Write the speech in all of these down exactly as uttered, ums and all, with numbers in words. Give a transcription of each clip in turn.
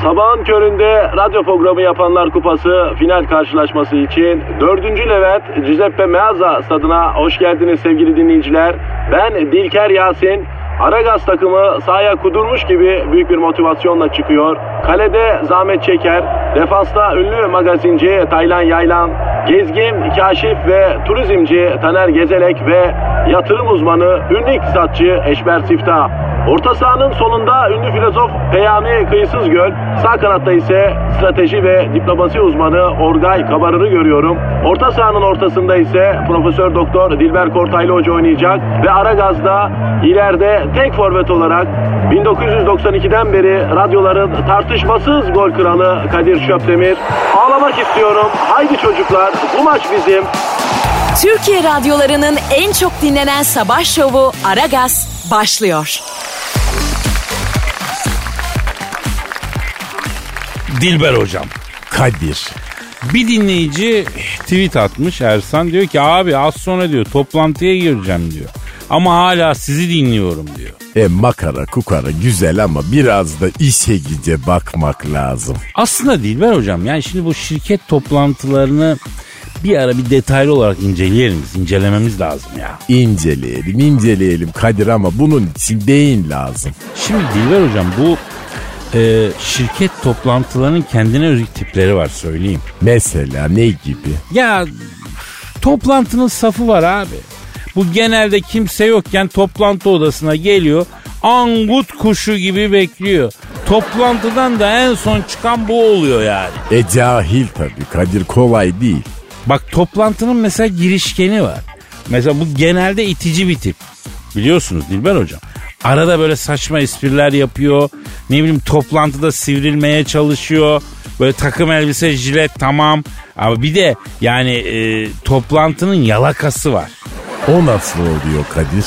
Sabahın köründe radyo programı yapanlar kupası final karşılaşması için dördüncü Levent Giuseppe Meazza stadına hoş geldiniz sevgili dinleyiciler. Ben Dilker Yasin. Aragaz takımı sahaya kudurmuş gibi büyük bir motivasyonla çıkıyor. Kalede Zahmet Çeker, defansta ünlü magazinci Taylan Yaylan, gezgin, kaşif ve turizmci Taner Gezelek ve yatırım uzmanı, ünlü iktisatçı Eşber Siftah. Orta sahanın solunda ünlü filozof Peyami Kıyısızgöl, sağ kanatta ise strateji ve diplomasi uzmanı Orgay Kabarır'ı görüyorum. Orta sahanın ortasında ise Profesör Doktor Dilber Kortaylı Hoca oynayacak ve Aragaz'da ileride tek forvet olarak bin dokuz yüz doksan ikiden beri radyoların tartışmasız gol kralı Kadir Şöpdemir. Ağlamak istiyorum. Haydi çocuklar, bu maç bizim. Türkiye radyolarının en çok dinlenen sabah şovu Aragaz başlıyor. Dilber hocam. Kadir. Bir dinleyici tweet atmış, Ersan diyor ki abi az sonra diyor toplantıya gireceğim diyor. Ama hala sizi dinliyorum diyor. E makara kukara güzel ama biraz da işe güce bakmak lazım. Aslında Dilber hocam, yani şimdi bu şirket toplantılarını bir ara bir detaylı olarak inceleyelim, incelememiz lazım ya. İnceleyelim inceleyelim Kadir ama bunun için beyin lazım. Şimdi Dilber hocam, bu e, şirket toplantılarının kendine özgü tipleri var, söyleyeyim. Mesela ne gibi? Ya toplantının safı var abi. Bu genelde kimse yokken toplantı odasına geliyor, angut kuşu gibi bekliyor. Toplantıdan da en son çıkan bu oluyor yani. E cahil tabii Kadir, kolay değil. Bak toplantının mesela girişkeni var. Mesela bu genelde itici bir tip. Biliyorsunuz Dilber hocam. Arada böyle saçma espriler yapıyor. Ne bileyim toplantıda sivrilmeye çalışıyor. Böyle takım elbise, jilet tamam. Ama bir de yani e, toplantının yalakası var. O nasıl oluyor Kadir?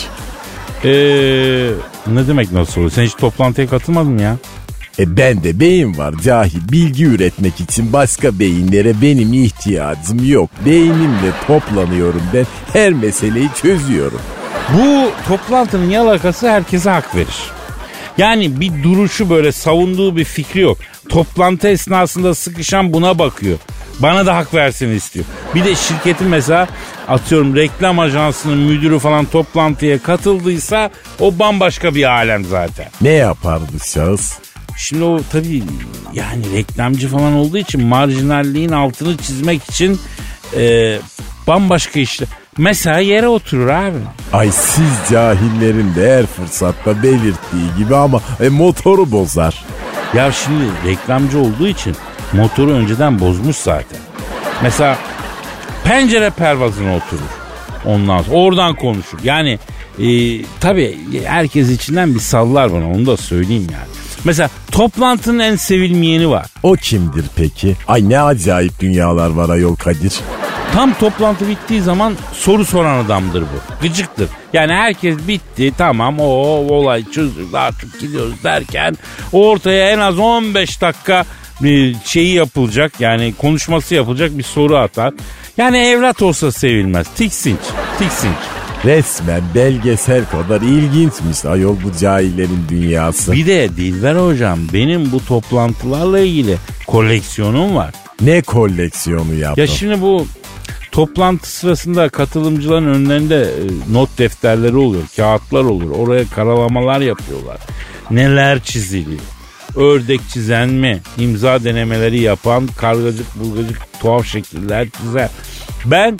Eee ne demek nasıl oluyor? Sen hiç toplantıya katılmadın ya. E bende beyin var cahil. Bilgi üretmek için başka beyinlere benim ihtiyacım yok. Beynimle toplanıyorum ben. Her meseleyi çözüyorum. Bu toplantının yalakası herkese hak verir. Yani bir duruşu, böyle savunduğu bir fikri yok. Toplantı esnasında sıkışan buna bakıyor. Bana da hak versin istiyor. Bir de şirketin mesela atıyorum reklam ajansının müdürü falan toplantıya katıldıysa o bambaşka bir alem zaten. Ne yapardı şahıs? Şimdi o tabii yani reklamcı falan olduğu için marjinalliğin altını çizmek için e, bambaşka işler. Mesela yere oturur abi. Ay siz cahillerin de her fırsatta belirttiği gibi ama e, motoru bozar. Ya şimdi reklamcı olduğu için motoru önceden bozmuş zaten. Mesela pencere pervazına oturur. Ondan sonra oradan konuşur. Yani e, tabii herkes içinden bir sallar bana, onu da söyleyeyim yani. Mesela toplantının en sevilmeyeni var. O kimdir peki? Ay ne acayip dünyalar var ayol Kadir. Tam toplantı bittiği zaman soru soran adamdır bu. Gıcıktır. Yani herkes bitti, tamam, o olay çözüldü artık gidiyoruz derken ortaya en az on beş dakika bir şeyi yapılacak, yani konuşması yapılacak bir soru atar. Yani evlat olsa sevilmez. Tiksinç, tiksinç. Resmen belgesel kadar ilginçmiş ayol bu cahillerin dünyası. Bir de Dilber hocam, benim bu toplantılarla ilgili koleksiyonum var. Ne koleksiyonu yaptın? Ya şimdi bu toplantı sırasında katılımcıların önlerinde not defterleri oluyor, kağıtlar olur. Oraya karalamalar yapıyorlar. Neler çiziliyor? Ördek çizen mi? İmza denemeleri yapan kargacık bulgacık tuhaf şekiller çizer. Ben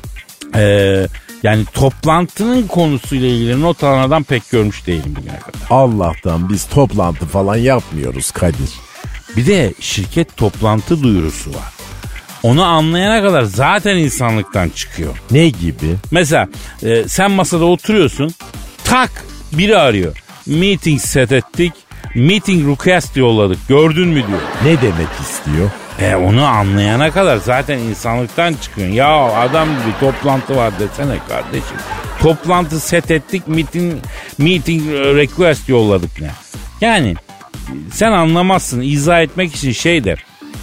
ee, yani toplantının konusuyla ilgili not alan adam pek görmüş değilim bugüne kadar. Allah'tan biz toplantı falan yapmıyoruz Kadir. Bir de şirket toplantı duyurusu var. Onu anlayana kadar zaten insanlıktan çıkıyor. Ne gibi? Mesela e, sen masada oturuyorsun, tak biri arıyor. Meeting set ettik, meeting request yolladık, gördün mü diyor. Ne demek istiyor? E onu anlayana kadar zaten insanlıktan çıkıyorsun. Ya adam gibi toplantı var desene kardeşim. Toplantı set ettik, meeting, meeting request yolladık ne? Yani sen anlamazsın, izah etmek için şey de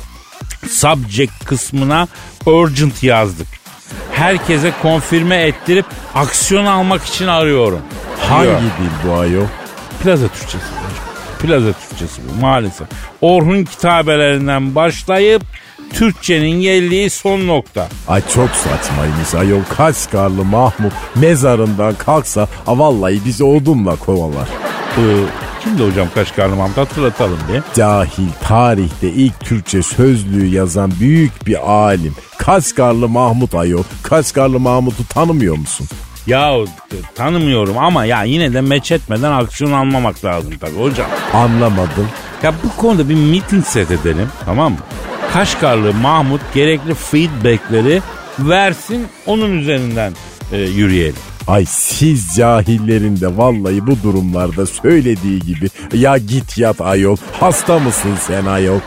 subject kısmına urgent yazdık. Herkese konfirme ettirip aksiyon almak için arıyorum. Hangi dil bu ayol? Plaza Türkçesi. plaza Türkçesi bu maalesef. Orhun kitabelerinden başlayıp Türkçenin geldiği son nokta. Ay çok saçmaymış ayol. Kaşgarlı Mahmut mezarından kalksa a vallahi bizi odunla kovalar. Ee, kimdi hocam Kaşgarlı Mahmut, hatırlatalım diye. Cahil, tarihte ilk Türkçe sözlüğü yazan büyük bir alim. Kaşgarlı Mahmut ayol. Kaşgarlı Mahmut'u tanımıyor musun? Ya tanımıyorum ama ya yine de meç etmeden aksiyon almamak lazım tabii hocam. Anlamadım. Ya bu konuda bir meeting set edelim, tamam mı? Kaşgarlı Mahmut gerekli feedbackleri versin, onun üzerinden e, yürüyelim. Ay siz cahillerin de vallahi bu durumlarda söylediği gibi ya git yat ayol, hasta mısın sen ayol?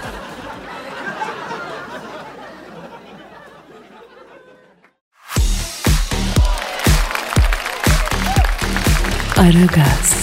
Aragaz.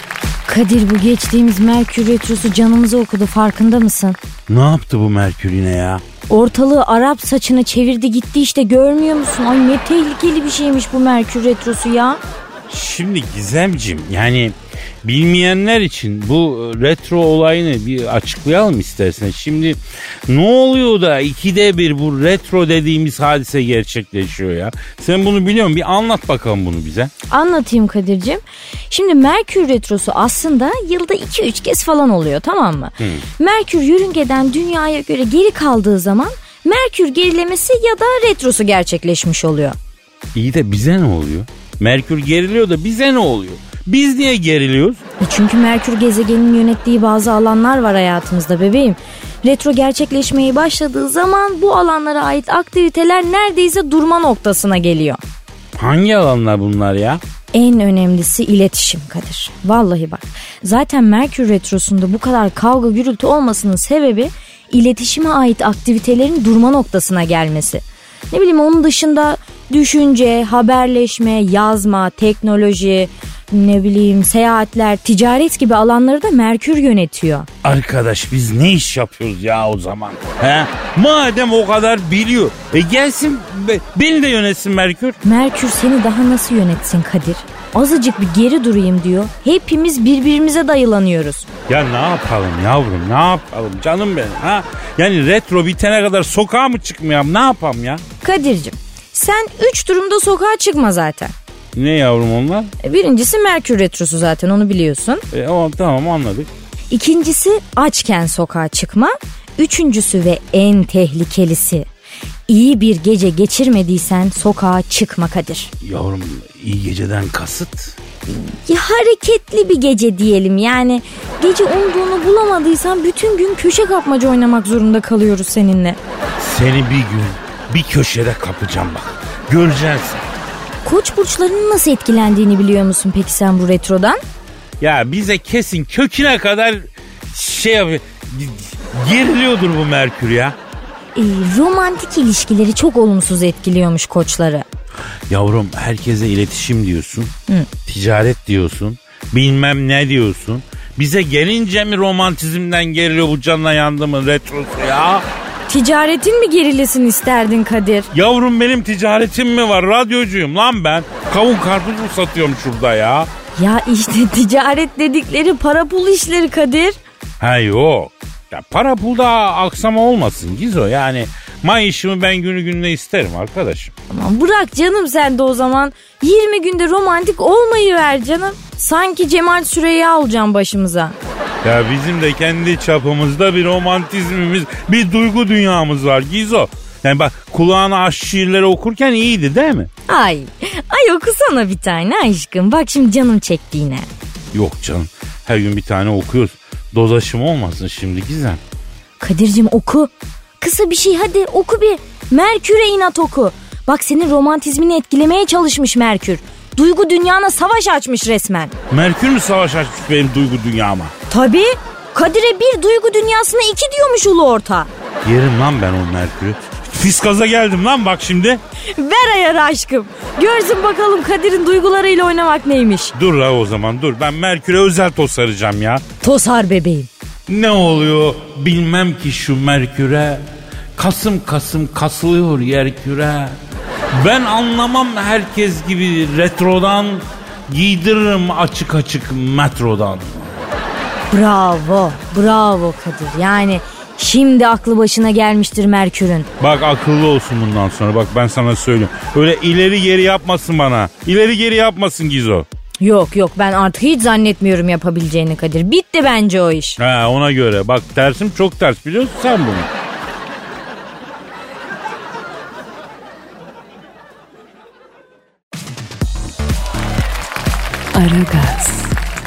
Kadir, bu geçtiğimiz Merkür Retrosu canımızı okudu, farkında mısın? Ne yaptı bu Merkür yine ya? Ortalığı Arap saçına çevirdi gitti işte, görmüyor musun? Ay ne tehlikeli bir şeymiş bu Merkür Retrosu ya. Şimdi Gizemciğim, yani bilmeyenler için bu retro olayını bir açıklayalım istersen. Şimdi ne oluyor da ikide bir bu retro dediğimiz hadise gerçekleşiyor ya? Sen bunu biliyor musun? Bir anlat bakalım bunu bize. Anlatayım Kadir'cim. Şimdi Merkür Retrosu aslında yılda iki üç kez falan oluyor, tamam mı? Hmm. Merkür yörüngeden dünyaya göre geri kaldığı zaman Merkür gerilemesi ya da retrosu gerçekleşmiş oluyor. İyi de bize ne oluyor? Merkür geriliyor da bize ne oluyor? Biz niye geriliyoruz? E çünkü Merkür gezegenin yönettiği bazı alanlar var hayatımızda bebeğim. Retro gerçekleşmeye başladığı zaman bu alanlara ait aktiviteler neredeyse durma noktasına geliyor. Hangi alanlar bunlar ya? En önemlisi iletişim Kadir. Vallahi bak, zaten Merkür Retrosu'nda bu kadar kavga gürültü olmasının sebebi iletişime ait aktivitelerin durma noktasına gelmesi. Ne bileyim, onun dışında düşünce, haberleşme, yazma, teknoloji, ne bileyim seyahatler, ticaret gibi alanları da Merkür yönetiyor. Arkadaş biz ne iş yapıyoruz ya o zaman? He? Madem o kadar biliyor, e gelsin be, beni de yönetsin Merkür. Merkür seni daha nasıl yönetsin Kadir? Azıcık bir geri durayım diyor. Hepimiz birbirimize dayılanıyoruz. Ya ne yapalım yavrum, ne yapalım canım benim, ha? Yani retro bitene kadar sokağa mı çıkmayalım, ne yapalım ya? Kadir'cim, sen üç durumda sokağa çıkma zaten. Ne yavrum onlar? Birincisi Merkür Retrosu, zaten onu biliyorsun. E, o, tamam anladık. İkincisi açken sokağa çıkma. Üçüncüsü ve en tehlikelisi, iyi bir gece geçirmediysen sokağa çıkma Kadir. Yavrum iyi geceden kasıt? Ya hareketli bir gece diyelim, yani gece umduğunu bulamadıysan bütün gün köşe kapmaca oynamak zorunda kalıyoruz seninle. Seni bir gün bir köşede kapacağım bak, göreceksin. Koç burçlarının nasıl etkilendiğini biliyor musun peki sen bu retrodan? Ya bize kesin köküne kadar şey yapıyor, geriliyordur bu Merkür ya. E, romantik ilişkileri çok olumsuz etkiliyormuş koçları. Yavrum herkese iletişim diyorsun, Hı. ticaret diyorsun, bilmem ne diyorsun. Bize gelince mi romantizmden geriliyor bu canla yandımın retrosu ya? Ticaretin mi gerilesin isterdin Kadir? Yavrum benim ticaretim mi var? Radyocuyum lan ben. Kavun karpuz mu satıyorum şurada ya? Ya işte ticaret dedikleri para pul işleri Kadir. Ha yok. Ya para pulda aksama olmasın Gizo. Yani maaşımı ben günü gününe isterim arkadaşım. Aman bırak canım sen de o zaman. yirmi günde romantik olmayı ver canım. Sanki Cemal Süreyya olacağım başımıza. Ya bizim de kendi çapımızda bir romantizmimiz, bir duygu dünyamız var Gizo. Yani bak kulağına aşk şiirleri okurken iyiydi değil mi? Ay, ay okusana bir tane aşkım. Bak şimdi canım çekti yine. Yok canım, her gün bir tane okuyoruz. Doz aşımı olmasın şimdi Gizem. Kadir'cim oku. Kısa bir şey hadi oku bir. Merkür'e inat oku. Bak senin romantizmini etkilemeye çalışmış Merkür. Duygu dünyana savaş açmış resmen. Merkür mü savaş açmış benim duygu dünyama? Tabii. Kadir'e bir, duygu dünyasına iki diyormuş ulu orta. Yerim lan ben o Merkür'ü. Fiskaza geldim lan bak şimdi. Ver ayarı aşkım. Görsün bakalım Kadir'in duygularıyla oynamak neymiş. Dur la o zaman dur. Ben Merkür'e özel tosaracağım ya. Tosar bebeğim. Ne oluyor bilmem ki şu Merkür'e. Kasım kasım kasılıyor yerküre. Ben anlamam herkes gibi retrodan. Giydiririm açık açık metrodan. Bravo, bravo Kadir. Yani şimdi aklı başına gelmiştir Merkür'ün. Bak akıllı olsun bundan sonra, bak ben sana söyleyeyim. Öyle ileri geri yapmasın bana. İleri geri yapmasın Gizo. Yok yok, ben artık hiç zannetmiyorum yapabileceğini Kadir. Bitti bence o iş. Ha, ona göre. Bak tersim çok ters, biliyorsun sen bunu. Aragaz.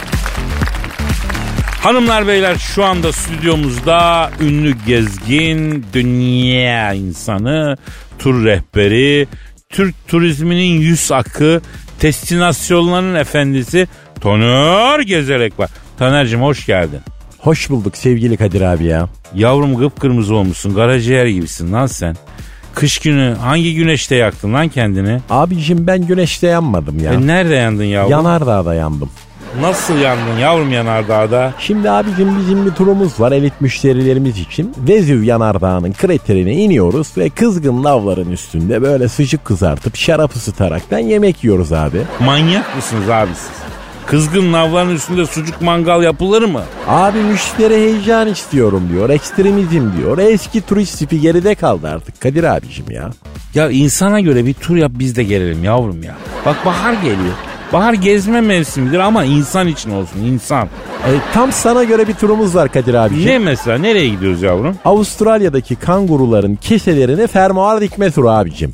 Hanımlar beyler, şu anda stüdyomuzda ünlü gezgin, dünya insanı, tur rehberi, Türk turizminin yüz akı, destinasyonların efendisi Taner Gezerek var. Taner'cim hoş geldin. Hoş bulduk sevgili Kadir abi ya. Yavrum kıpkırmızı olmuşsun, karaciğer gibisin lan sen. Kış günü hangi güneşte yaktın lan kendini? Abicim ben güneşte yanmadım ya. E nerede yandın yavrum? Yanardağ'da yandım. Nasıl yandın yavrum Yanardağ'da? Şimdi abicim bizim bir turumuz var elit müşterilerimiz için. Vezüv Yanardağı'nın kraterine iniyoruz ve kızgın lavların üstünde böyle sıcak kızartıp şarap ısıtaraktan yemek yiyoruz abi. Manyak mısınız abi siz? Kızgın lavların üstünde sucuk mangal yapılır mı? Abi müşteri heyecan istiyorum diyor, ekstremizm diyor. Eski turist tipi geride kaldı artık Kadir abicim ya. Ya insana göre bir tur yap, biz de gelelim yavrum ya. Bak bahar geliyor. Bahar gezme mevsimidir ama insan için olsun, insan. E, tam sana göre bir turumuz var Kadir abicim. Ne mesela, nereye gidiyoruz yavrum? Avustralya'daki kanguruların keselerine fermuar dikme turu abicim.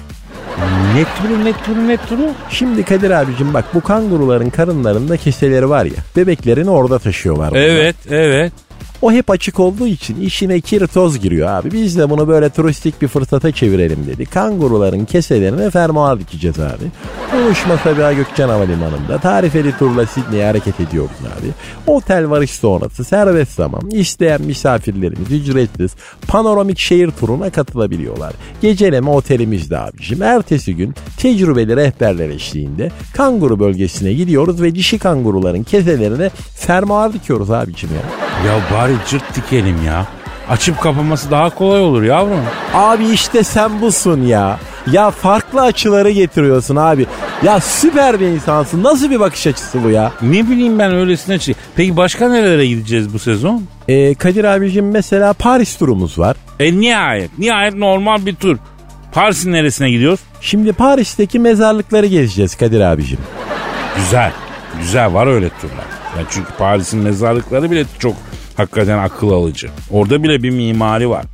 Ne turu ne turu ne turu? Şimdi Kadir abicim bak, bu kanguruların karınlarında keseleri var ya, bebeklerini orada taşıyorlar bunlar. Evet evet. O hep açık olduğu için işine kir toz giriyor abi. Biz de bunu böyle turistik bir fırsata çevirelim dedik. Kanguruların keselerine fermuar dikeceğiz abi. Buluşma Sabiha Gökçen Havalimanı'nda tarifeli turla Sydney'e hareket ediyoruz abi. Otel varış sonrası serbest zaman. İsteyen misafirlerimiz ücretsiz panoramik şehir turuna katılabiliyorlar. Geceleme otelimizde abicim. Ertesi gün tecrübeli rehberler eşliğinde kanguru bölgesine gidiyoruz ve dişi kanguruların keselerine fermuar dikiyoruz abicim ya. Ya bari cırt dikelim ya. Açıp kapaması daha kolay olur yavrum. Abi işte sen busun ya. Ya farklı açıları getiriyorsun abi. Ya süper bir insansın. Nasıl bir bakış açısı bu ya? Ne bileyim ben öylesine şey. Peki başka nerelere gideceğiz bu sezon? Ee, Kadir abicim mesela Paris turumuz var. E nihayet. Nihayet normal bir tur. Paris'in neresine gidiyoruz? Şimdi Paris'teki mezarlıkları gezeceğiz Kadir abicim. Güzel. Güzel, var öyle turlar. Yani çünkü Paris'in mezarlıkları bile çok hakikaten akıl alıcı. Orada bile bir mimari var.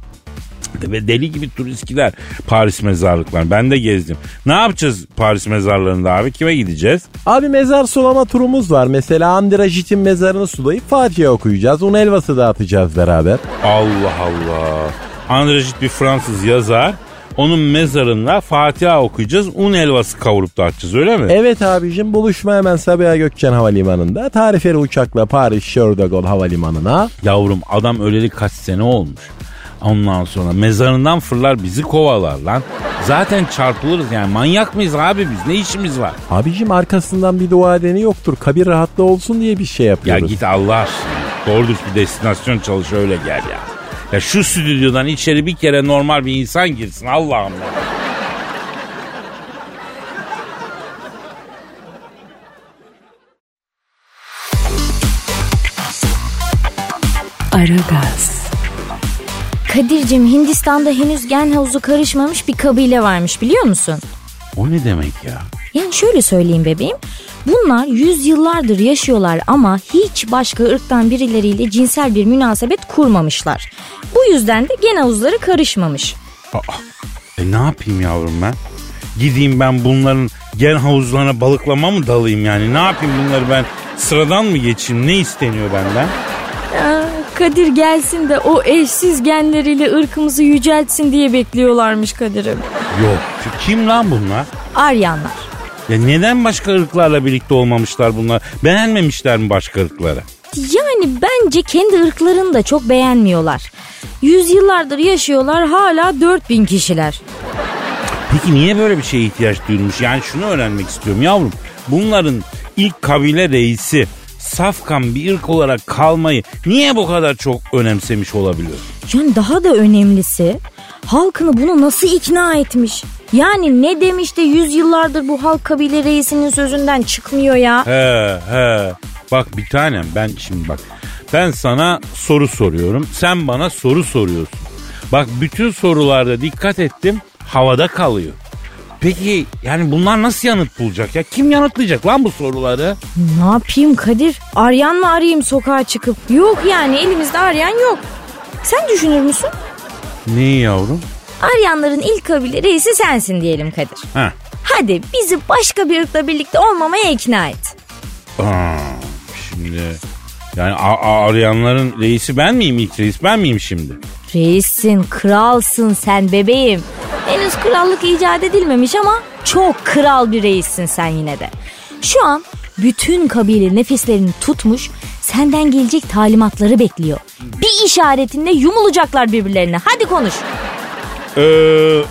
Ve deli gibi turist gider Paris mezarlıklar. Ben de gezdim. Ne yapacağız Paris mezarlarında abi? Kime gideceğiz? Abi mezar sulama turumuz var. Mesela Andrajit'in mezarını sulayıp Fatiha okuyacağız. Un helvası dağıtacağız beraber. Allah Allah. Andrajit bir Fransız yazar. Onun mezarında Fatiha okuyacağız. Un helvası kavurup dağıtacağız, öyle mi? Evet abicim, buluşma hemen Sabiha Gökçen Havalimanı'nda. Tarifeli uçakla Paris Charles de Gaulle Havalimanı'na. Yavrum adam öleli kaç sene olmuş. Ondan sonra mezarından fırlar bizi kovalar lan. Zaten çarpılırız yani. Manyak mıyız abi biz? Ne işimiz var? Abicim arkasından bir dua edeni yoktur. Kabir rahatlığı olsun diye bir şey Ya yapıyoruz. git Allah aşkına. Doğru düz bir destinasyon çalış, öyle gel ya. Ya şu stüdyodan içeri bir kere normal bir insan girsin Allah'ım ya. Aragaz. Kadir'cim, Hindistan'da henüz gen havuzu karışmamış bir kabile varmış, biliyor musun? O ne demek ya? Yani şöyle söyleyeyim bebeğim. Bunlar yüzyıllardır yaşıyorlar ama hiç başka ırktan birileriyle cinsel bir münasebet kurmamışlar. Bu yüzden de gen havuzları karışmamış. Aa, e ne yapayım yavrum ben? Gideyim ben bunların gen havuzlarına balıklama mı dalayım yani? Ne yapayım, bunları ben sıradan mı geçeyim? Ne isteniyor benden? Aa, Kadir gelsin de o eşsiz genleriyle ırkımızı yüceltsin diye bekliyorlarmış Kadir'im. Yok. Kim lan bunlar? Aryanlar. Ya neden başka ırklarla birlikte olmamışlar bunlar? Beğenmemişler mi başka ırkları? Yani bence kendi ırklarını da çok beğenmiyorlar. Yüzyıllardır yaşıyorlar, hala dört bin kişiler. Peki niye böyle bir şeye ihtiyaç duyulmuş? Yani şunu öğrenmek istiyorum yavrum. Bunların ilk kabile reisi safkan bir ırk olarak kalmayı niye bu kadar çok önemsemiş olabiliyor? Yani daha da önemlisi, halkını bunu nasıl ikna etmiş? Yani ne demiş de yüzyıllardır bu halk kabile reisinin sözünden çıkmıyor ya. He he. Bak bir tanem, ben şimdi bak. Ben sana soru soruyorum. Sen bana soru soruyorsun. Bak bütün sorularda dikkat ettim. Havada kalıyor. Peki yani bunlar nasıl yanıt bulacak ya? Kim yanıtlayacak lan bu soruları? Ne yapayım Kadir? Arayan mı arayayım sokağa çıkıp? Yok yani elimizde arayan yok. Sen düşünür müsün? Neyi yavrum? Arayanların ilk kabile reisi sensin diyelim Kadir. Heh. Hadi bizi başka bir ırkla birlikte olmamaya ikna et. Aa, şimdi yani a- arayanların reisi ben miyim? İlk reis ben miyim şimdi? Reissin, kralsın sen bebeğim. Henüz krallık icat edilmemiş ama çok kral bir reissin sen yine de. Şu an bütün kabile nefeslerini tutmuş, senden gelecek talimatları bekliyor. Bir işaretinle yumulacaklar birbirlerine. Hadi konuş. Ee,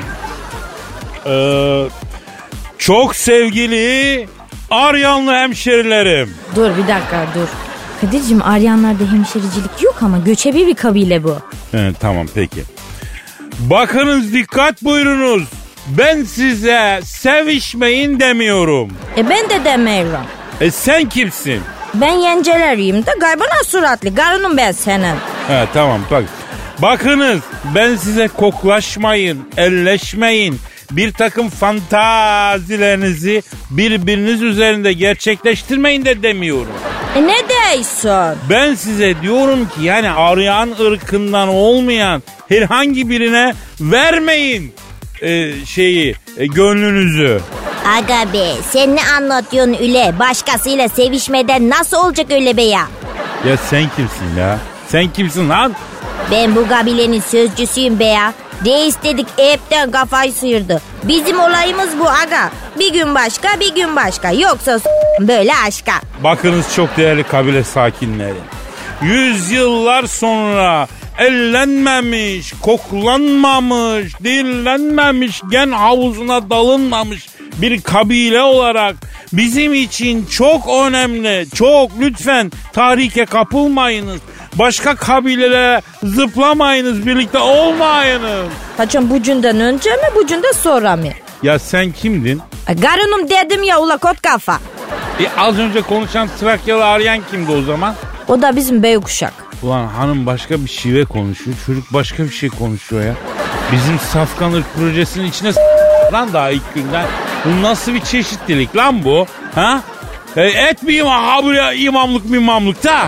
ee, çok sevgili Aryanlı hemşerilerim. Dur bir dakika dur. Kadir'cim Aryanlarda hemşericilik yok ama göçebe bir kabile bu. He, tamam peki. Bakınız dikkat buyurunuz. Ben size sevişmeyin demiyorum. E ben de demiyorum. E sen kimsin? Ben yenceleriyim de gaybana suratlı. Garınım ben senin. He tamam bak. Bakınız ben size koklaşmayın, elleşmeyin. Bir takım fantazilerinizi birbiriniz üzerinde gerçekleştirmeyin de demiyorum. E ne diyorsun? Ben size diyorum ki yani Aryan ırkından olmayan herhangi birine vermeyin e, şeyi e, gönlünüzü. Aga be sen ne anlatıyorsun üle? Başkasıyla sevişmeden nasıl olacak öyle be ya? Ya sen kimsin ya? Sen kimsin lan? Ben bu kabilenin sözcüsüyüm be ya. Reis dedik hepten kafayı sıyırdı. Bizim olayımız bu aga. Bir gün başka bir gün başka. Yoksa s- böyle aşka. Bakınız çok değerli kabile sakinleri. Yüzyıllar sonra ellenmemiş, koklanmamış, dillenmemiş, gen havuzuna dalınmamış bir kabile olarak bizim için çok önemli, çok lütfen tahrike kapılmayınız. Başka kabilelere zıplamayınız, birlikte olmayınız. Paçam bucundan önce mi bucundan sonra mı? Ya sen kimdin? Garunum dedim ya ula kot kafa. E az önce konuşan Trakyalı Aryan kimdi o zaman? O da bizim bey kuşak. Ulan hanım başka bir şive konuşuyor, çocuk başka bir şey konuşuyor ya. Bizim Safkan ırk projesinin içine s- lan daha ilk günden. Bu nasıl bir çeşitlilik lan bu? Ha? E, et mi imam, ha buraya imamlık mı imamlık da?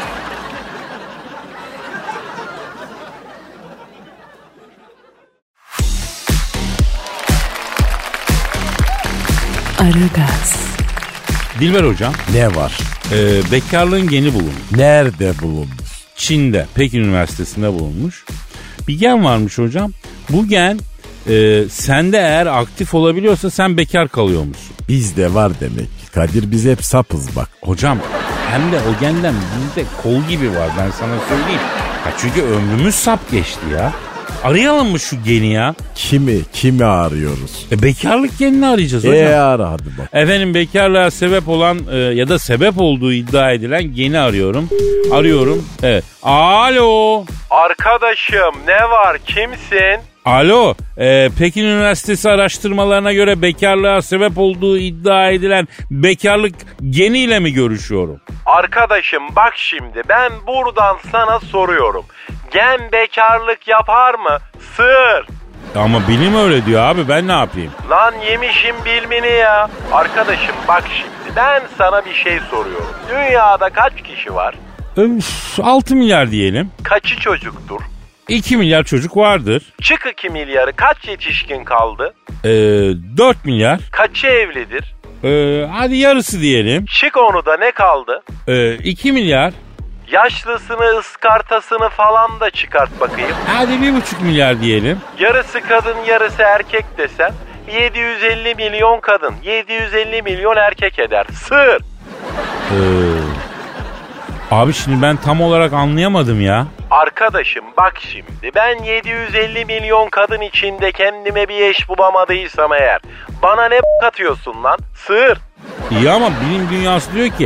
Aragaz. Dilber hocam, Ne var? e, bekarlığın geni bulunmuş. Nerede bulunmuş? Çin'de, Pekin Üniversitesi'nde bulunmuş. Bir gen varmış hocam. Bu gen e, sende eğer aktif olabiliyorsa sen bekar kalıyormuşsun. Bizde var demek ki. Kadir biz hep sapız bak. Hocam hem de o genden bizde kol gibi var ben sana söyleyeyim. Ha çünkü ömrümüz sap geçti ya. Arayalım mı şu geni ya? Kimi, kimi arıyoruz? E bekarlık genini arayacağız hocam. E ara hadi bak. Efendim bekarlığa sebep olan e, ya da sebep olduğu iddia edilen geni arıyorum. Arıyorum. Evet. Alo. Arkadaşım ne var, kimsin? Alo. E, Pekin Üniversitesi araştırmalarına göre bekarlığa sebep olduğu iddia edilen bekarlık geniyle mi görüşüyorum? Arkadaşım bak şimdi ben buradan sana soruyorum. Gen bekarlık yapar mı? Sır. Ama bilim öyle diyor abi, ben ne yapayım? Lan yemişim bilmini ya. Arkadaşım bak şimdi ben sana bir şey soruyorum. Dünyada kaç kişi var? Öf, altı milyar diyelim. Kaçı çocuktur? iki milyar çocuk vardır. Çık iki milyarı kaç yetişkin kaldı? Ee, dört milyar. Kaçı evlidir? Ee, hadi yarısı diyelim. Çık onu da ne kaldı? Ee, iki milyar. Yaşlısını, ıskartasını falan da çıkart bakayım. Hadi bir buçuk milyar diyelim. Yarısı kadın yarısı erkek desen yedi yüz elli milyon kadın, yedi yüz elli milyon erkek eder. Sır. Ee, abi şimdi ben tam olarak anlayamadım ya. Arkadaşım bak şimdi ben yedi yüz elli milyon kadın içinde kendime bir eş bulamadıysam eğer bana ne b- katıyorsun lan? Sır. İyi ama bilim dünyası diyor ki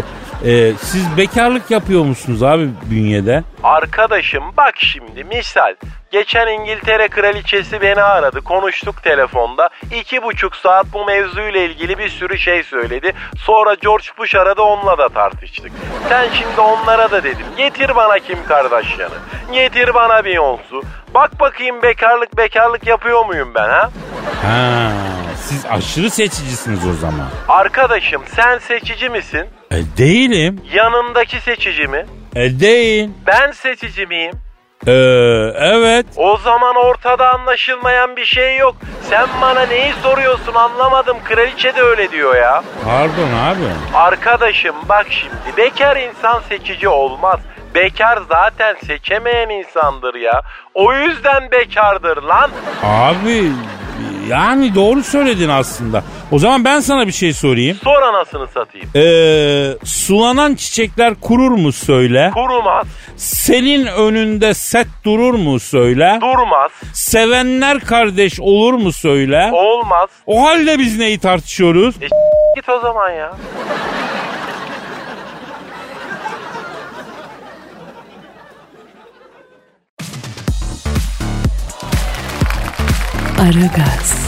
Ee, siz bekarlık yapıyor musunuz abi bünyede? Arkadaşım bak şimdi misal. Geçen İngiltere kraliçesi beni aradı. Konuştuk telefonda. İki buçuk saat bu mevzuyla ilgili bir sürü şey söyledi. Sonra George Bush aradı, onunla da tartıştık. Sen şimdi onlara da dedim. Getir bana Kim Kardashian'ı. Getir bana Beyoncé'u. Bak bakayım bekarlık bekarlık yapıyor muyum ben ha? Ha, siz aşırı seçicisiniz o zaman. Arkadaşım sen seçici misin? E, değilim. Yanındaki seçici mi? E, değil. Ben seçici miyim? Ee, evet. O zaman ortada anlaşılmayan bir şey yok. Sen bana neyi soruyorsun anlamadım. Kraliçe de öyle diyor ya. Pardon abi. Arkadaşım bak şimdi, bekar insan seçici olmaz. Bekar zaten seçemeyen insandır ya. O yüzden bekardır lan. Abi yani doğru söyledin aslında. O zaman ben sana bir şey sorayım. Sor anasını satayım. Ee, sulanan çiçekler kurur mu söyle? Kurumaz. Senin önünde set durur mu söyle? Durmaz. Sevenler kardeş olur mu söyle? Olmaz. O halde biz neyi tartışıyoruz? E git o zaman ya. Aragaz.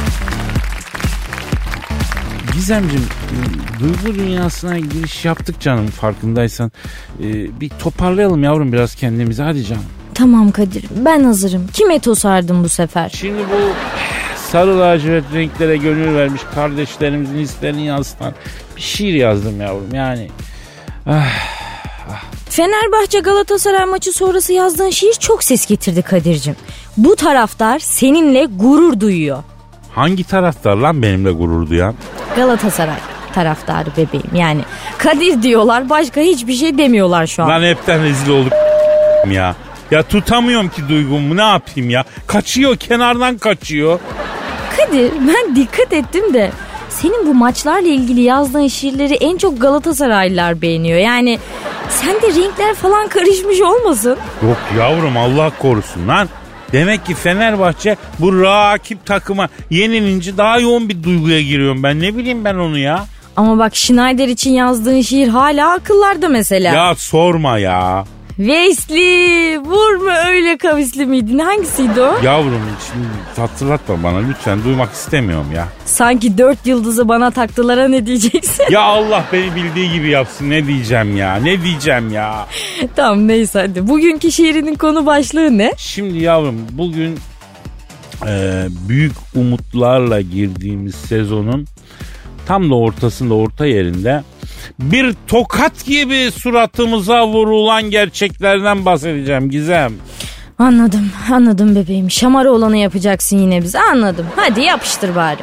Gizemciğim, duygu dünyasına giriş yaptık canım, farkındaysan. Ee, bir toparlayalım yavrum biraz kendimizi, hadi canım. Tamam Kadir, ben hazırım. Kime tosardım bu sefer? Şimdi bu sarı lacivert renklere gönül vermiş kardeşlerimizin hislerini yansıtan bir şiir yazdım yavrum yani. Ah. Fenerbahçe Galatasaray maçı sonrası yazdığın şiir çok ses getirdi Kadir'cim. Bu taraftar seninle gurur duyuyor. Hangi taraftar lan benimle gurur duyan? Galatasaray taraftarı bebeğim yani. Kadir diyorlar, başka hiçbir şey demiyorlar şu an. Lan hepten rezil olduk ya. Ya tutamıyorum ki duygumu, ne yapayım ya. Kaçıyor, kenardan kaçıyor. Kadir, ben dikkat ettim de senin bu maçlarla ilgili yazdığın şiirleri en çok Galatasaraylılar beğeniyor. Yani sende renkler falan karışmış olmasın? Yok yavrum, Allah korusun lan. Demek ki Fenerbahçe bu rakip takıma yenilince daha yoğun bir duyguya giriyorum ben. Ne bileyim ben onu ya. Ama bak, Schneider için yazdığın şiir hala akıllarda mesela. Ya sorma ya. Vesli, vurma öyle kavisli miydin? Hangisiydi o? Yavrum şimdi hatırlatma bana lütfen, duymak istemiyorum ya. Sanki dört yıldızı bana taktılara ne diyeceksin? Ya Allah beni bildiği gibi yapsın, ne diyeceğim ya, ne diyeceğim ya. Tamam neyse hadi. Bugünkü şiirinin konu başlığı ne? Şimdi yavrum bugün e, büyük umutlarla girdiğimiz sezonun tam da ortasında, orta yerinde bir tokat gibi suratımıza vurulan gerçeklerden bahsedeceğim Gizem. Anladım, anladım bebeğim. Şamara olanı yapacaksın yine bize, anladım. Hadi yapıştır bari.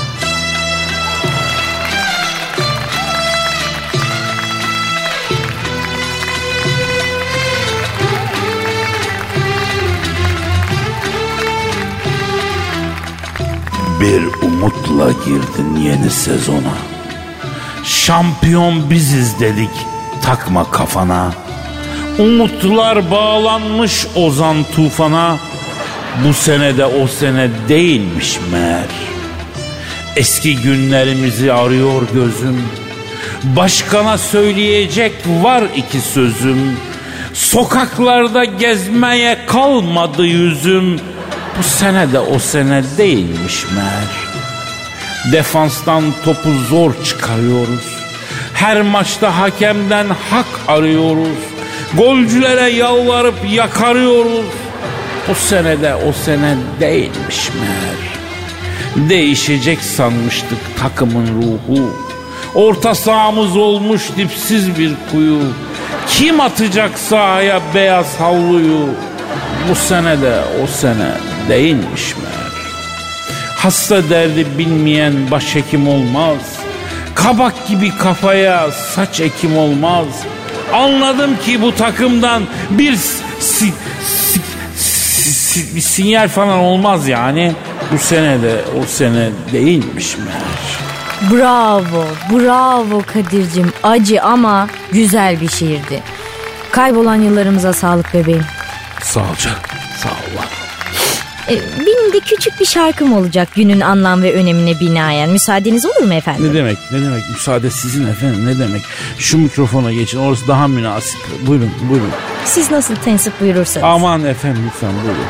Bir umutla girdin yeni sezona. Şampiyon biziz dedik, takma kafana. Umutlar bağlanmış ozan tufana. Bu sene de o sene değilmiş meğer. Eski günlerimizi arıyor gözüm. Başkana söyleyecek var iki sözüm. Sokaklarda gezmeye kalmadı yüzüm. Bu sene de o sene değilmiş meğer. Defanstan topu zor çıkarıyoruz. Her maçta hakemden hak arıyoruz. Golcülere yalvarıp yakarıyoruz. O sene de o sene değilmiş meğer. Değişecek sanmıştık takımın ruhu. Orta sahamız olmuş dipsiz bir kuyu. Kim atacak sahaya beyaz havluyu? Bu sene de o sene değilmiş meğer. Hasta derdi bilmeyen başhekim olmaz. Kabak gibi kafaya saç ekim olmaz. Anladım ki bu takımdan bir si, si, si, si, bir sinyal falan olmaz yani. Bu sene de o sene değilmiş meğer. Bravo, bravo Kadir'cim. Acı ama güzel bir şiirdi. Kaybolan yıllarımıza sağlık bebeğim. Sağ ol canım, sağ ol. E, benim de küçük bir şarkım olacak günün anlam ve önemine binaen. Müsaadeniz olur mu efendim? Ne demek ne demek müsaade sizin efendim ne demek. Şu mikrofona geçin, orası daha münasip. Buyurun buyurun. Siz nasıl tensip buyurursanız. Aman efendim lütfen buyurun.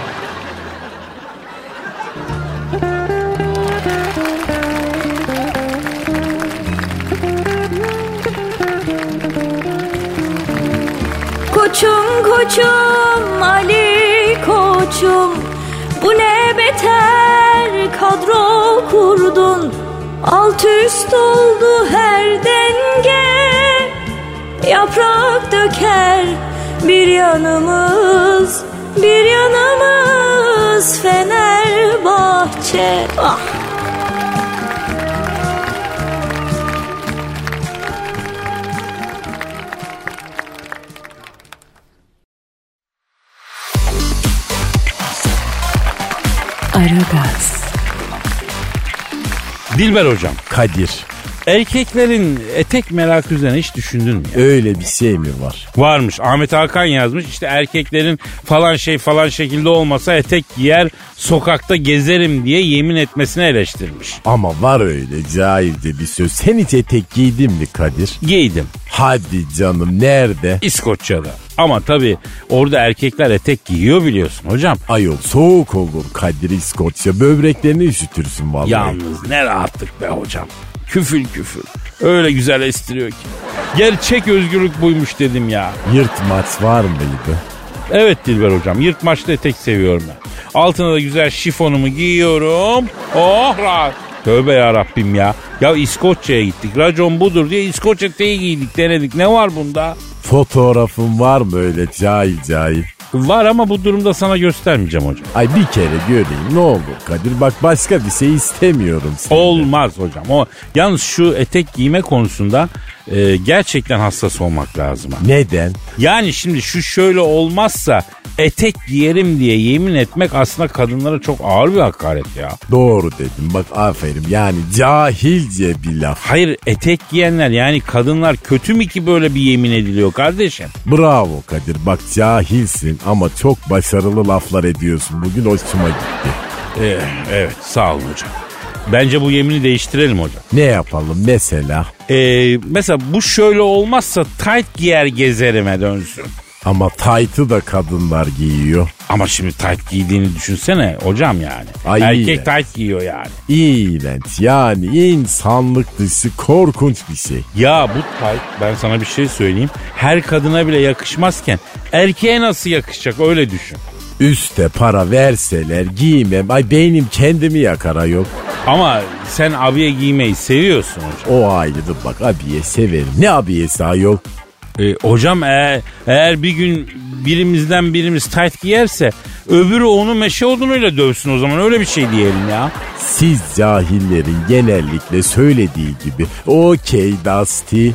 Koçum koçum Ali koçum, bu ne beter kadro kurdun. Alt üst oldu her denge, yaprak döker bir yanımız, bir yanımız Fenerbahçe. Ah. Aragaz. Dilber hocam, Kadir, erkeklerin etek merakı üzerine hiç düşündün mü ya? öyle bir şey mi var? Varmış. Ahmet Hakan yazmış. İşte erkeklerin falan şey falan şekilde olmasa etek giyer, sokakta gezerim diye yemin etmesini eleştirmiş. Ama var öyle cahilce bir söz. Sen hiç etek giydin mi Kadir? Giydim. Hadi canım, nerede? İskoçya'da. Ama tabii orada erkekler etek giyiyor biliyorsun hocam. Ayol soğuk olur Kadir, İskoçya. Böbreklerini üşütürsün vallahi. Yalnız ne rahatlık be hocam. Küfül küfül. Öyle güzel estiriyor ki. Gerçek özgürlük buymuş dedim ya. Yırtmaç var mıydı? Evet Dilber hocam, yırtmaçlı etek seviyorum ben. Altına da güzel şifonumu giyiyorum. Oh rahat. Tövbe yarabbim ya. Ya İskoçya'ya gittik. Racon budur diye İskoç eteği giydik, denedik. Ne var bunda? Fotoğrafın var mı öyle cahil cahil? Var ama bu durumda sana göstermeyeceğim hocam. Ay bir kere göreyim ne olur Kadir. Bak başka bir şey istemiyorum senden. Olmaz hocam. O yalnız şu etek giyme konusunda e, gerçekten hassas olmak lazım. Ha. Neden? Yani şimdi şu şöyle olmazsa etek giyerim diye yemin etmek aslında kadınlara çok ağır bir hakaret ya. Doğru dedim bak, aferin. Yani cahilce bir laf. Hayır, etek giyenler yani kadınlar kötü mü ki böyle bir yemin ediliyor kardeşim? Bravo Kadir, bak cahilsin ama çok başarılı laflar ediyorsun. Bugün hoşuma gitti. Ee, evet sağ olun hocam. Bence bu yemini değiştirelim hocam. Ne yapalım mesela? Ee, mesela bu şöyle olmazsa tight giyer gezerime dönsün. Ama taytı da kadınlar giyiyor. Ama şimdi tight giydiğini düşünsene hocam yani. Ay Erkek iğrenç. tight giyiyor yani. İğrenç, yani insanlık dışı korkunç bir şey. Ya bu tight, ben sana bir şey söyleyeyim. Her kadına bile yakışmazken erkeğe nasıl yakışacak, öyle düşün. Üste para verseler giymem. Ay beynim kendimi yakar ayol. Ama sen abiye giymeyi seviyorsun hocam. O ayrı bak, abiye severim. Ne abiyesi ayol? Ee, hocam eğer, eğer bir gün birimizden birimiz tight giyerse öbürü onu meşe odunuyla dövsün, o zaman öyle bir şey diyelim ya. Siz cahillerin genellikle söylediği gibi okey Dusty.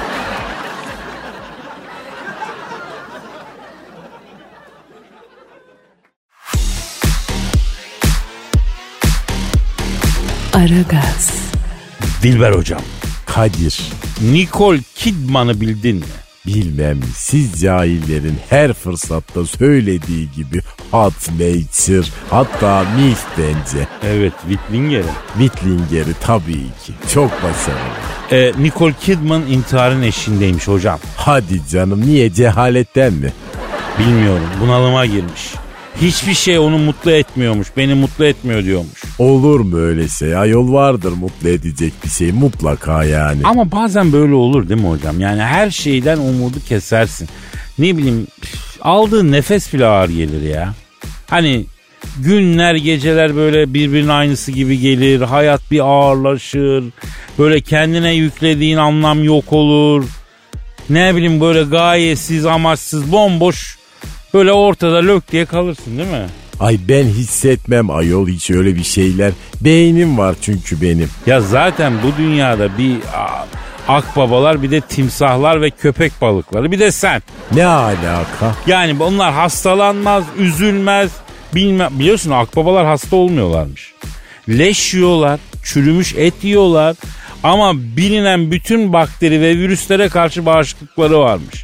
Aragaz. Dilber hocam, Kadir, Nicole Kidman'ı bildin mi? bilmem, siz cahillerin her fırsatta söylediği gibi hot nature, hatta milf bence. Evet, Whitlinger'i. Whitlinger'i tabii ki. Çok başarılı. Ee, Nicole Kidman intiharın eşiğindeymiş hocam. Hadi canım, niye, cehaletten mi? Bilmiyorum, bunalıma girmiş. Hiçbir şey onu mutlu etmiyormuş, beni mutlu etmiyor diyormuş. Olur mu öyle şey? Ayol vardır mutlu edecek bir şey mutlaka yani. Ama bazen böyle olur değil mi hocam? Yani her şeyden umudu kesersin. Ne bileyim, aldığın nefes bile ağır gelir ya. Hani günler geceler böyle birbirinin aynısı gibi gelir. Hayat bir ağırlaşır. Böyle kendine yüklediğin anlam yok olur. Ne bileyim, böyle gayesiz, amaçsız, bomboş, böyle ortada lök diye kalırsın değil mi? Ay ben hissetmem ayol hiç öyle bir şeyler. Beynim var çünkü benim. Ya zaten bu dünyada bir a, akbabalar, bir de timsahlar ve köpek balıkları, bir de sen. Ne alaka? Yani onlar hastalanmaz, üzülmez. Bilmem, biliyorsun akbabalar hasta olmuyorlarmış. Leş yiyorlar, çürümüş et yiyorlar. Ama bilinen bütün bakteri ve virüslere karşı bağışıklıkları varmış.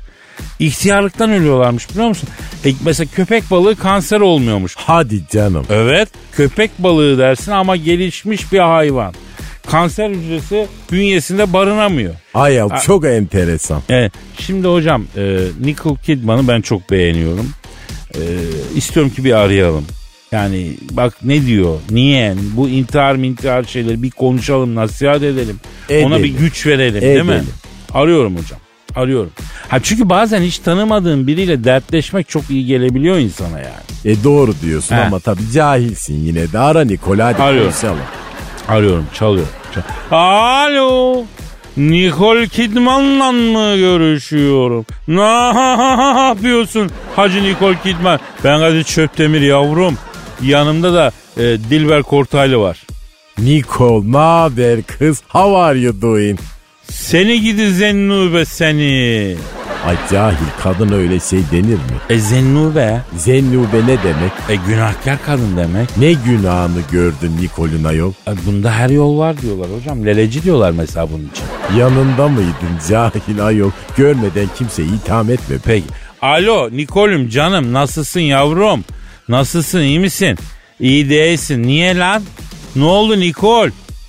İhtiyarlıktan ölüyorlarmış biliyor musun? E, mesela köpek balığı kanser olmuyormuş. Hadi canım. Evet, köpek balığı dersin ama gelişmiş bir hayvan. Kanser hücresi bünyesinde barınamıyor. Ay ya çok enteresan. Evet, şimdi hocam e, Nicole Kidman'ı ben çok beğeniyorum. E, istiyorum ki bir arayalım. Yani bak ne diyor, niye, bu intihar mintihar şeyleri bir konuşalım, nasihat edelim. Edelim. Ona bir güç verelim Edelim. değil mi? Arıyorum hocam, arıyorum. Ha çünkü bazen hiç tanımadığın biriyle dertleşmek çok iyi gelebiliyor insana yani. E doğru diyorsun He. ama tabii cahilsin yine de. Ara Nikol hadi Arıyorum. konuşalım. Arıyorum, çalıyor. Çal- Alo, Nicole Kidman'la mı görüşüyorum? Ne yapıyorsun Hacı Nicole Kidman? Ben Kadir Çöptemir yavrum. Yanımda da e, Dilber Kortaylı var. Nikol ne haber kız? How are you doing? Seni gidi Zennube seni. Ay cahil kadın öyle şey denir mi? E Zennube. Zennube ne demek? E günahkar kadın demek. Ne günahını gördün Nikol'un ayol? E, bunda her yol var diyorlar hocam. Leleci diyorlar mesela bunun için. Yanında mıydın cahil ayol? Görmeden kimseyi itham etme. Peki. Alo Nikol'üm canım, nasılsın yavrum? Nasılsın, iyi misin? İyi değilsin. Niye lan? Ne oldu Nikol?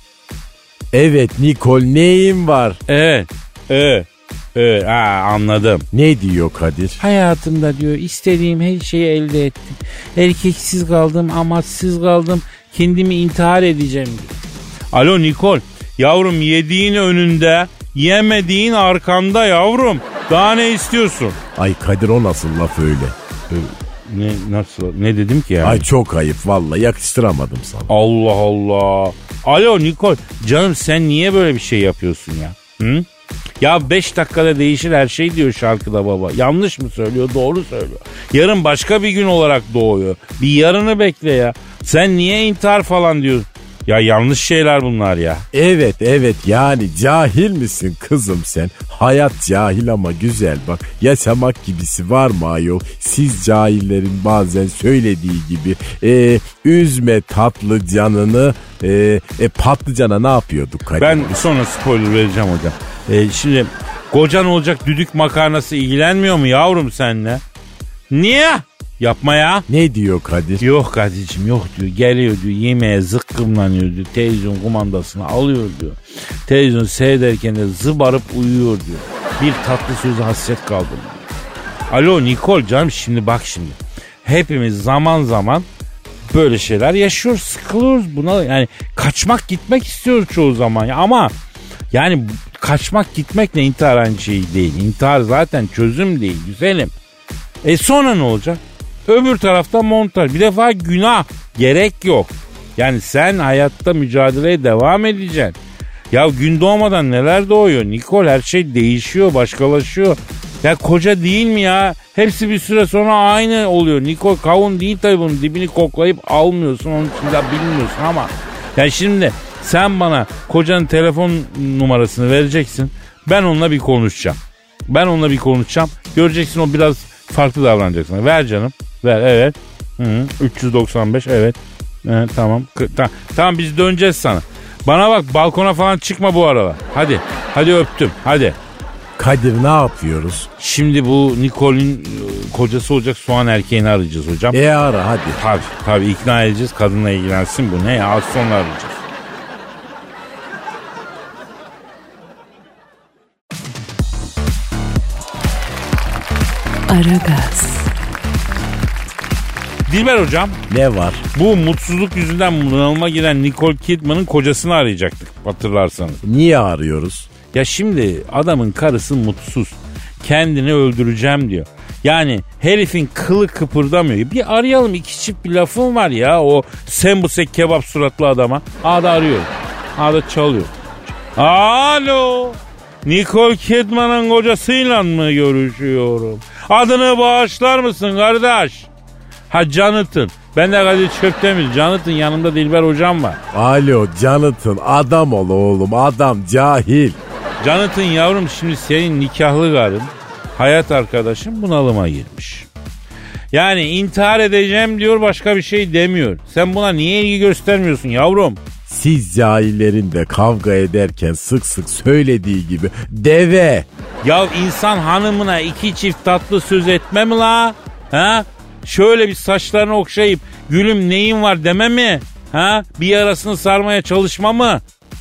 Evet Nikol neyin var? Evet. Evet. Evet. Ha, anladım. Ne diyor Kadir? Hayatımda diyor istediğim her şeyi elde ettim. Erkeksiz kaldım, amaçsız kaldım. Kendimi intihar edeceğim diyor. Alo Nikol. Yavrum yediğin önünde, yemediğin arkanda yavrum. Daha ne istiyorsun? Ay Kadir o nasıl laf öyle? Ne nasıl? Ne dedim ki yani? Ay çok ayıp vallahi yakıştıramadım sana. Allah Allah. Alo Nikol. Canım sen niye böyle bir şey yapıyorsun ya? Hı? Ya beş dakikada değişir her şey diyor şarkıda baba. Yanlış mı söylüyor? Doğru söylüyor. Yarın başka bir gün olarak doğuyor. Bir yarını bekle ya. Sen niye intihar falan diyorsun? Ya yanlış şeyler bunlar ya. Evet evet yani cahil misin kızım sen? Hayat cahil ama güzel bak. Yaşamak gibisi var mı ayol? Siz cahillerin bazen söylediği gibi e, üzme tatlı canını e, e, patlıcana ne yapıyorduk Kadir? Ben sonra spoiler vereceğim hocam. Ee, şimdi kocan olacak düdük makarnası ilgilenmiyor mu yavrum seninle? Niye? Yapma ya. Ne diyor Kadir? Yok Kadir'cim yok diyor. Geliyor diyor yemeğe zıkkımlanıyor diyor. Televizyon kumandasını alıyor diyor. Televizyon seyrederken de zıbarıp uyuyor diyor. Bir tatlı sözü hasret kaldım diyor. Alo Nikol canım şimdi bak şimdi. Hepimiz zaman zaman böyle şeyler yaşıyoruz. Sıkılıyoruz buna. Yani kaçmak gitmek istiyoruz çoğu zaman. Ya ama yani kaçmak gitmekle intihar aynı şey değil. İntihar zaten çözüm değil güzelim. E sonra ne olacak? Öbür tarafta montaj. Bir defa günah. Gerek yok. Yani sen hayatta mücadeleye devam edeceksin. Ya gün doğmadan neler doğuyor? Nikol her şey değişiyor, başkalaşıyor. Ya koca değil mi ya? Hepsi bir süre sonra aynı oluyor. Nikol kavun değil tabii bunun dibini koklayıp almıyorsun. Onun için de bilmiyorsun ama. Ya şimdi sen bana kocanın telefon numarasını vereceksin. Ben onunla bir konuşacağım. Ben onunla bir konuşacağım. Göreceksin o biraz farklı davranacak sana. Ver canım. Ver evet. Hı, üç yüz doksan beş evet. Evet tamam. K- ta- tamam biz döneceğiz sana. Bana bak balkona falan çıkma bu aralar. Hadi. Hadi öptüm. Hadi. Kadir ne yapıyoruz? Şimdi bu Nicole'in kocası olacak soğan erkeğini arayacağız hocam. E ara hadi. Tabii tabii ikna edeceğiz. Kadınla ilgilensin bu ne ya? Az sonra arayacağız. Aragaz. Dilber hocam. Ne var? Bu mutsuzluk yüzünden bunalıma giren Nicole Kidman'ın kocasını arayacaktık hatırlarsanız. Niye arıyoruz? Ya şimdi adamın karısı mutsuz. Kendini öldüreceğim diyor. Yani herifin kılı kıpırdamıyor. Bir arayalım iki çift bir lafım var ya o sembusek kebap suratlı adama. A'da arıyor. A'da çalıyor. Alo. Nicole Kidman'ın kocasıyla mı görüşüyorum? Adını bağışlar mısın kardeş? Ha Jonathan. Ben de Kadir Çöptemir. Jonathan yanımda Dilber hocam var. Alo Jonathan adam ol oğlum adam cahil. Jonathan yavrum şimdi senin nikahlı karın, hayat arkadaşın bunalıma girmiş. Yani intihar edeceğim diyor başka bir şey demiyor. Sen buna niye ilgi göstermiyorsun yavrum? siz cahillerin de kavga ederken sık sık söylediği gibi deve. Ya insan hanımına iki çift tatlı söz etme mi la? Ha? Şöyle bir saçlarını okşayıp gülüm neyin var deme mi? Ha? Bir yarasını sarmaya çalışma mı?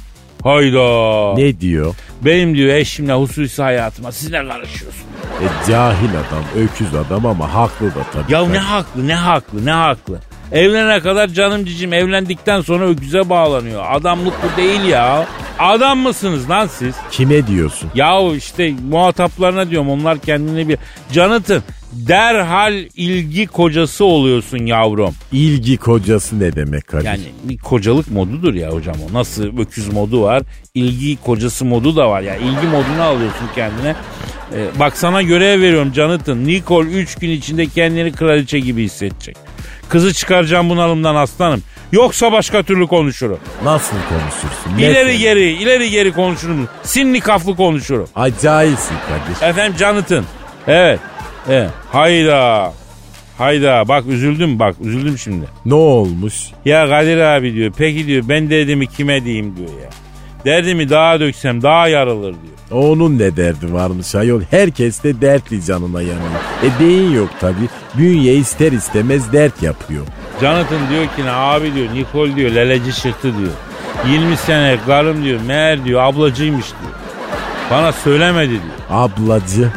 Hayda. Ne diyor? Benim diyor eşimle hususi hayatıma siz ne karışıyorsunuz? E, cahil adam, öküz adam ama haklı da tabii. Ya tabii. ne haklı ne haklı ne haklı. Evlenene kadar canım cicim, evlendikten sonra öküze bağlanıyor. Adamlık bu değil ya. Adam mısınız lan siz? Kime diyorsun? Yahu işte muhataplarına diyorum, onlar kendini bir... Jonathan, derhal ilgi kocası oluyorsun yavrum. İlgi kocası ne demek Kadir? Yani bir kocalık modudur ya hocam o. Nasıl öküz modu var, ilgi kocası modu da var. Yani ilgi modunu alıyorsun kendine. Ee, bak sana görev veriyorum Jonathan. Nicole üç gün içinde kendini kraliçe gibi hissedecek. Kızı çıkaracağım bunalımdan aslanım. Yoksa başka türlü konuşurum. Nasıl konuşursun? İleri Mesela? geri, ileri geri konuşurum. Sinli kaflı konuşurum. Acayipsin Kadir. Efendim Jonathan. Evet. Evet. Hayda. Hayda. Bak üzüldüm bak. Üzüldüm şimdi. Ne olmuş? Ya Kadir abi diyor. Peki diyor ben derdimi kime diyeyim diyor ya. Derdimi dağa döksem daha yarılır diyor. Onun ne derdi varmış ayol? Herkes de dertli canına yanıyor. E beyin yok tabii. Bünye ister istemez dert yapıyor. Jonathan diyor ki ne abi diyor. Nicole diyor leleci çıktı diyor. yirmi sene karım diyor. Meğer diyor ablacıymış diyor. Bana söylemedi diyor. Ablacı.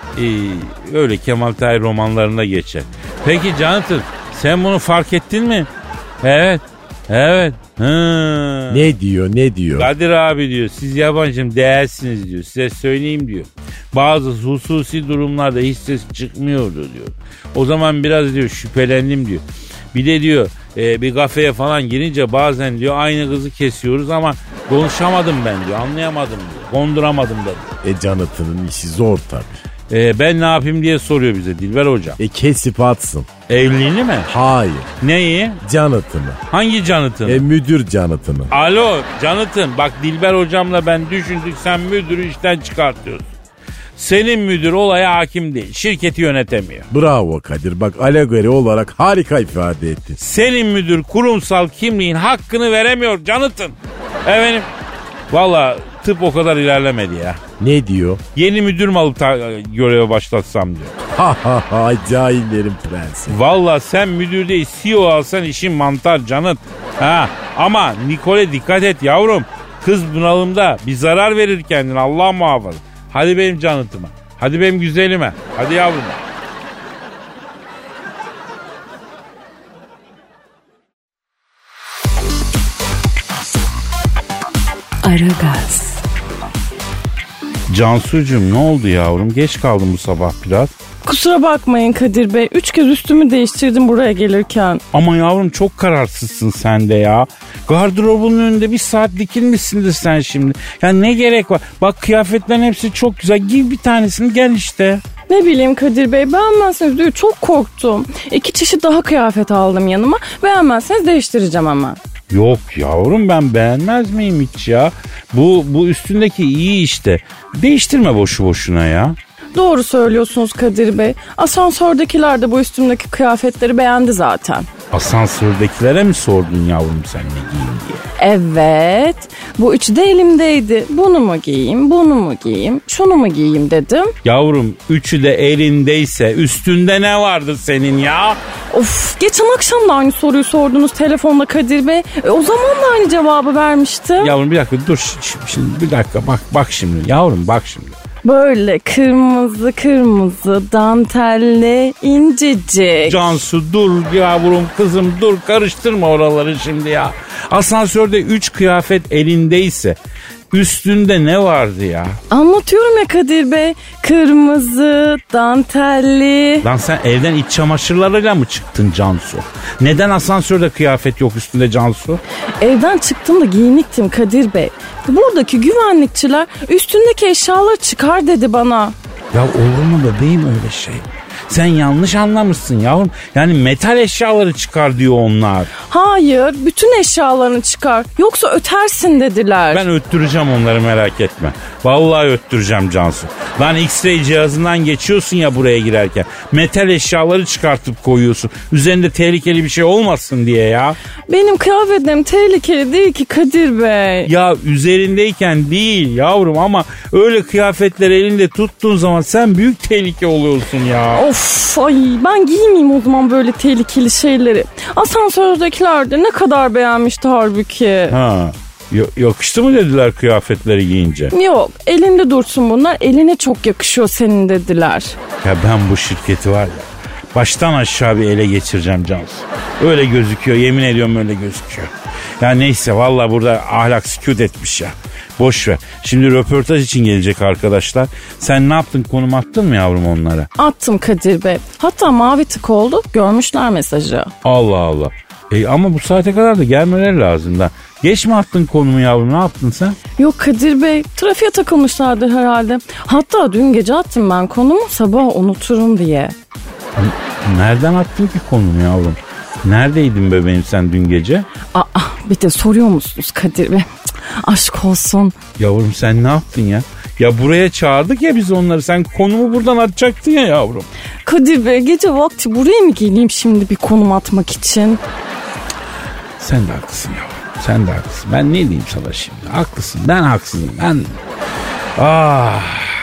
Ee, öyle Kemal Tahir romanlarında geçer. Peki Jonathan sen bunu fark ettin mi? Evet. Evet. Hı. Ne diyor ne diyor? Kadir abi diyor siz yabancım değersiniz diyor. Size söyleyeyim diyor. Bazı hususi durumlarda hiç ses çıkmıyordu diyor. O zaman biraz diyor şüphelendim diyor. Bir de diyor e, bir kafeye falan girince bazen diyor aynı kızı kesiyoruz ama konuşamadım ben diyor. Anlayamadım diyor. Konduramadım da diyor. E Jonathan'ın işi zor tabii. E, ben ne yapayım diye soruyor bize Dilber hocam. E kesip atsın. Evliliğini mi? Hayır. Neyi? Jonathan'ı. Hangi Jonathan'ı? E müdür Jonathan'ı. Alo Jonathan bak Dilber hocamla ben düşündük sen müdürü işten çıkartıyorsun. Senin müdür olaya hakim değil. Şirketi yönetemiyor. Bravo Kadir bak alegori olarak harika ifade ettin. Senin müdür kurumsal kimliğin hakkını veremiyor Jonathan. Efendim valla tıp o kadar ilerlemedi ya. Ne diyor? Yeni müdür mü alıp ta- göreve başlatsam diyor. Ha ha ha cahillerin prensi. Valla sen müdür değil C E O alsan işin mantar Jonathan. Ha, ama Nicole'e dikkat et yavrum. Kız bunalımda bir zarar verir kendine Allah muhafaza. Hadi benim Jonathan'ıma. Hadi benim güzelime. Hadi yavrum. Aragaz. Cansucuğum ne oldu yavrum? Geç kaldım bu sabah biraz. Kusura bakmayın Kadir Bey. Üç kez üstümü değiştirdim buraya gelirken. Ama yavrum çok kararsızsın sen de ya. Gardırobunun önünde bir saat dikilmişsindir sen şimdi. Ya ne gerek var? Bak kıyafetlerin hepsi çok güzel. Giy bir tanesini gel işte. Ne bileyim Kadir Bey, beğenmezseniz diyor, çok korktum. İki çeşit daha kıyafet aldım yanıma. Beğenmezseniz değiştireceğim hemen. Yok yavrum ben beğenmez miyim hiç ya? Bu, bu üstündeki iyi işte. Değiştirme boşu boşuna ya. Doğru söylüyorsunuz Kadir Bey. Asansördekiler de bu üstümdeki kıyafetleri beğendi zaten. Asansördekilere mi sordun yavrum sen ne giyin diye? Evet. Bu üçü de elimdeydi. Bunu mu giyeyim, bunu mu giyeyim, şunu mu giyeyim dedim. Yavrum üçü de elindeyse üstünde ne vardır senin ya? Of, geçen akşam da aynı soruyu sordunuz telefonda Kadir Bey. E, o zaman da aynı cevabı vermiştim. Yavrum bir dakika dur şimdi bir dakika bak bak şimdi yavrum bak şimdi. Böyle kırmızı kırmızı dantelli incecik. Cansu dur yavrum kızım dur karıştırma oraları şimdi ya. Asansörde üç kıyafet elindeyse üstünde ne vardı ya? Anlatıyorum ya Kadir Bey. Kırmızı, dantelli. Lan sen evden iç çamaşırlarıyla mı çıktın Cansu? Neden asansörde kıyafet yok üstünde Cansu? Evden çıktım da giyiniktim Kadir Bey. Buradaki güvenlikçiler üstündeki eşyaları çıkar dedi bana. Ya olur mu bebeğim öyle şey? Sen yanlış anlamışsın yavrum. Yani metal eşyaları çıkar diyor onlar. Hayır, bütün eşyalarını çıkar. Yoksa ötersin dediler. Ben öttüreceğim onları, merak etme. Vallahi öttüreceğim Cansu. Lan X-ray cihazından geçiyorsun ya buraya girerken. Metal eşyaları çıkartıp koyuyorsun. Üzerinde tehlikeli bir şey olmasın diye ya. Benim kıyafetlerim tehlikeli değil ki Kadir Bey. Ya üzerindeyken değil yavrum, ama öyle kıyafetleri elinde tuttuğun zaman sen büyük tehlike oluyorsun ya. Of, ay ben giymeyeyim o zaman böyle tehlikeli şeyleri. Asansördekiler de ne kadar beğenmişti halbuki. Ha. Yakıştı mı dediler kıyafetleri giyince? Yok, elinde dursun bunlar, eline çok yakışıyor senin dediler. Ya ben bu şirketi var ya baştan aşağı bir ele geçireceğim Cansu. Öyle gözüküyor, yemin ediyorum öyle gözüküyor. Ya neyse, vallahi burada ahlak sükût etmiş ya. Boş ver. Şimdi röportaj için gelecek arkadaşlar. Sen ne yaptın, konum attın mı yavrum onlara? Attım Kadir Bey. Hatta mavi tık oldu, görmüşler mesajı. Allah Allah. E ama bu saate kadar da gelmeleri lazım da. Geç mi attın konumu yavrum, ne yaptın sen? Yok Kadir Bey, trafiğe takılmışlardır herhalde. Hatta dün gece attım ben konumu, sabah unuturum diye. Nereden attın ki konumu yavrum? Neredeydin bebeğim sen dün gece? Aa, bir de soruyor musunuz Kadir Bey? Aşk olsun. Yavrum sen ne yaptın ya? Ya buraya çağırdık ya biz onları. Sen konumu buradan atacaktın ya yavrum. Kadir Bey, gece vakti buraya mı geleyim şimdi bir konum atmak için? Sen de haklısın yavrum. Sen de haklısın. Ben ne diyeyim sana şimdi? Haklısın. Ben haksızım. Ben... Ah...